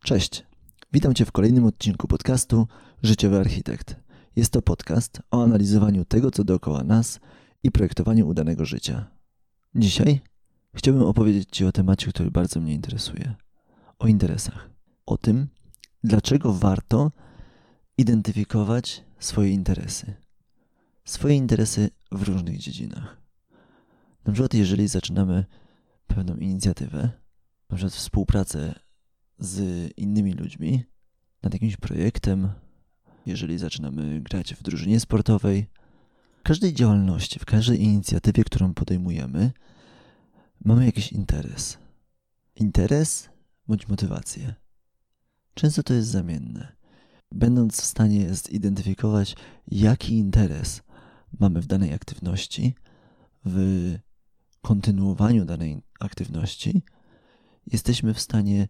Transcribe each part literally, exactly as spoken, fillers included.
Cześć, witam Cię w kolejnym odcinku podcastu Życiowy Architekt. Jest to podcast o analizowaniu tego, co dookoła nas i projektowaniu udanego życia. Dzisiaj chciałbym opowiedzieć Ci o temacie, który bardzo mnie interesuje. O interesach. O tym, dlaczego warto identyfikować swoje interesy. Swoje interesy w różnych dziedzinach. Na przykład jeżeli zaczynamy pewną inicjatywę, na przykład współpracę z innymi ludźmi nad jakimś projektem, jeżeli zaczynamy grać w drużynie sportowej, w każdej działalności, w każdej inicjatywie, którą podejmujemy, mamy jakiś interes. Interes bądź motywację. Często to jest zamienne. Będąc w stanie zidentyfikować, jaki interes mamy w danej aktywności, w kontynuowaniu danej aktywności, jesteśmy w stanie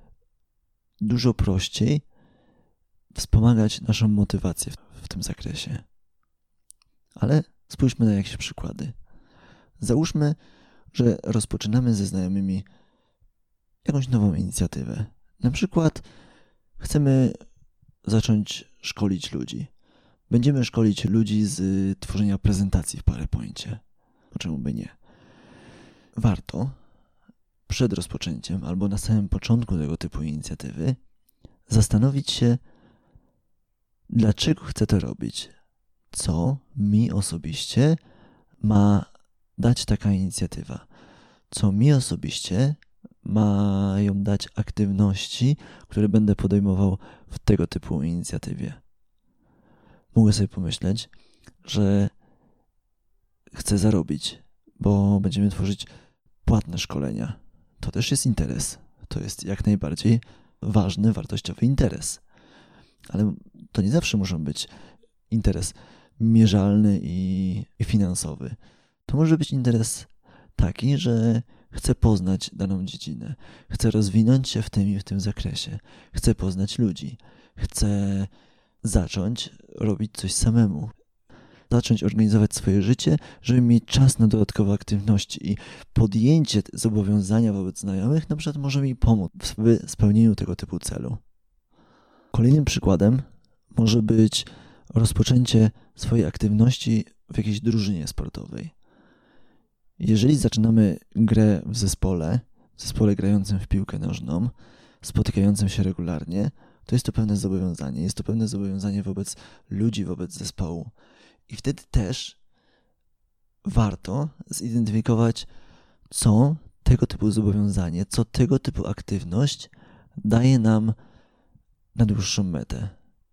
dużo prościej wspomagać naszą motywację w, w tym zakresie. Ale spójrzmy na jakieś przykłady. Załóżmy, że rozpoczynamy ze znajomymi jakąś nową inicjatywę. Na przykład chcemy zacząć szkolić ludzi. Będziemy szkolić ludzi z tworzenia prezentacji w PowerPoincie. Czemu by nie? Warto przed rozpoczęciem albo na samym początku tego typu inicjatywy zastanowić się, dlaczego chcę to robić. Co mi osobiście ma dać taka inicjatywa? Co mi osobiście mają dać aktywności, które będę podejmował w tego typu inicjatywie? Mogę sobie pomyśleć, że chcę zarobić, bo będziemy tworzyć płatne szkolenia. To też jest interes. To jest jak najbardziej ważny, wartościowy interes. Ale to nie zawsze muszą być interes mierzalny i, i finansowy. To może być interes taki, że chcę poznać daną dziedzinę. Chcę rozwinąć się w tym i w tym zakresie. Chcę poznać ludzi. Chcę zacząć robić coś samemu. Zacząć organizować swoje życie, żeby mieć czas na dodatkowe aktywności i podjęcie zobowiązania wobec znajomych na przykład może mi pomóc w spełnieniu tego typu celu. Kolejnym przykładem może być rozpoczęcie swojej aktywności w jakiejś drużynie sportowej. Jeżeli zaczynamy grę w zespole, w zespole grającym w piłkę nożną, spotykającym się regularnie, to jest to pewne zobowiązanie. Jest to pewne zobowiązanie wobec ludzi, wobec zespołu. I wtedy też warto zidentyfikować, co tego typu zobowiązanie, co tego typu aktywność daje nam na dłuższą metę.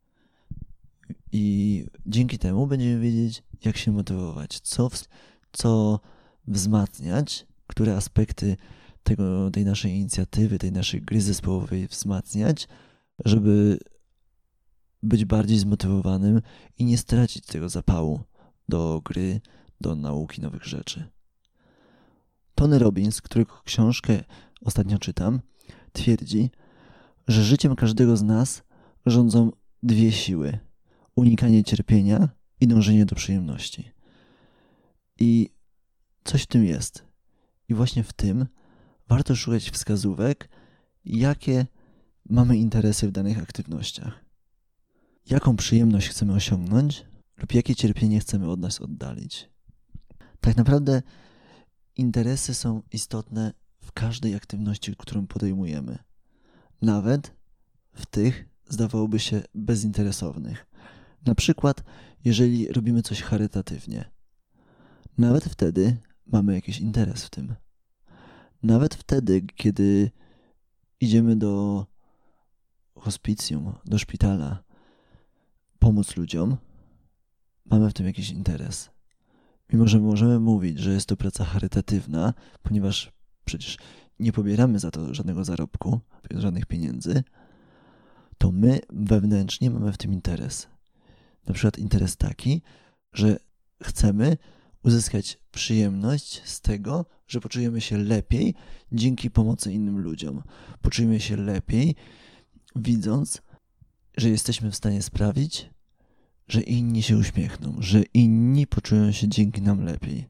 I dzięki temu będziemy wiedzieć, jak się motywować, co, co wzmacniać, które aspekty tego, tej naszej inicjatywy, tej naszej gry zespołowej wzmacniać, żeby być bardziej zmotywowanym i nie stracić tego zapału do gry, do nauki nowych rzeczy. Tony Robbins, którego książkę ostatnio czytam, twierdzi, że życiem każdego z nas rządzą dwie siły. Unikanie cierpienia i dążenie do przyjemności. I coś w tym jest. I właśnie w tym warto szukać wskazówek, jakie mamy interesy w danych aktywnościach. Jaką przyjemność chcemy osiągnąć lub jakie cierpienie chcemy od nas oddalić. Tak naprawdę interesy są istotne w każdej aktywności, którą podejmujemy. Nawet w tych, zdawałoby się, bezinteresownych. Na przykład, jeżeli robimy coś charytatywnie. Nawet wtedy mamy jakiś interes w tym. Nawet wtedy, kiedy idziemy do hospicjum, do szpitala, pomóc ludziom, mamy w tym jakiś interes. Mimo że możemy mówić, że jest to praca charytatywna, ponieważ przecież nie pobieramy za to żadnego zarobku, żadnych pieniędzy, to my wewnętrznie mamy w tym interes. Na przykład interes taki, że chcemy uzyskać przyjemność z tego, że poczujemy się lepiej dzięki pomocy innym ludziom. Poczujemy się lepiej, widząc, że jesteśmy w stanie sprawić, że inni się uśmiechną, że inni poczują się dzięki nam lepiej.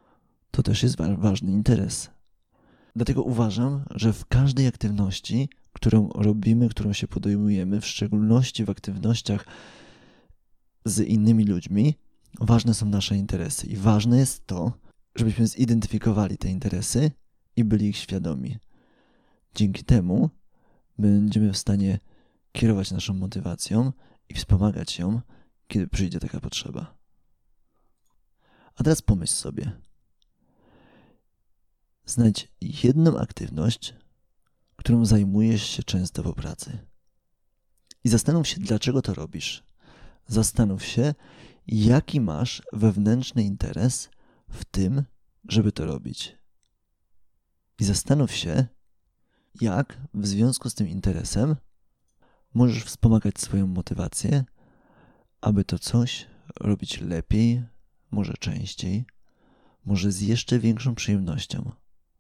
To też jest wa- ważny interes. Dlatego uważam, że w każdej aktywności którą robimy, którą się podejmujemy, w szczególności w aktywnościach z innymi ludźmi, ważne są nasze interesy. I ważne jest to, żebyśmy zidentyfikowali te interesy i byli ich świadomi. Dzięki temu będziemy w stanie kierować naszą motywacją i wspomagać ją, kiedy przyjdzie taka potrzeba. A teraz pomyśl sobie. Znajdź jedną aktywność, którą zajmujesz się często po pracy. I zastanów się, dlaczego to robisz. Zastanów się, jaki masz wewnętrzny interes w tym, żeby to robić. I zastanów się, jak w związku z tym interesem możesz wspomagać swoją motywację, aby to coś robić lepiej, może częściej, może z jeszcze większą przyjemnością.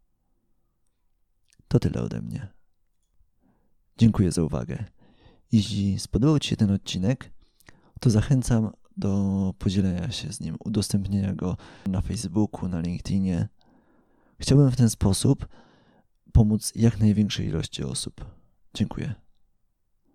To tyle ode mnie. Dziękuję za uwagę. Jeśli spodobał Ci się ten odcinek, to zachęcam do podzielenia się z nim, udostępnienia go na Facebooku, na LinkedInie. Chciałbym w ten sposób pomóc jak największej ilości osób. Dziękuję.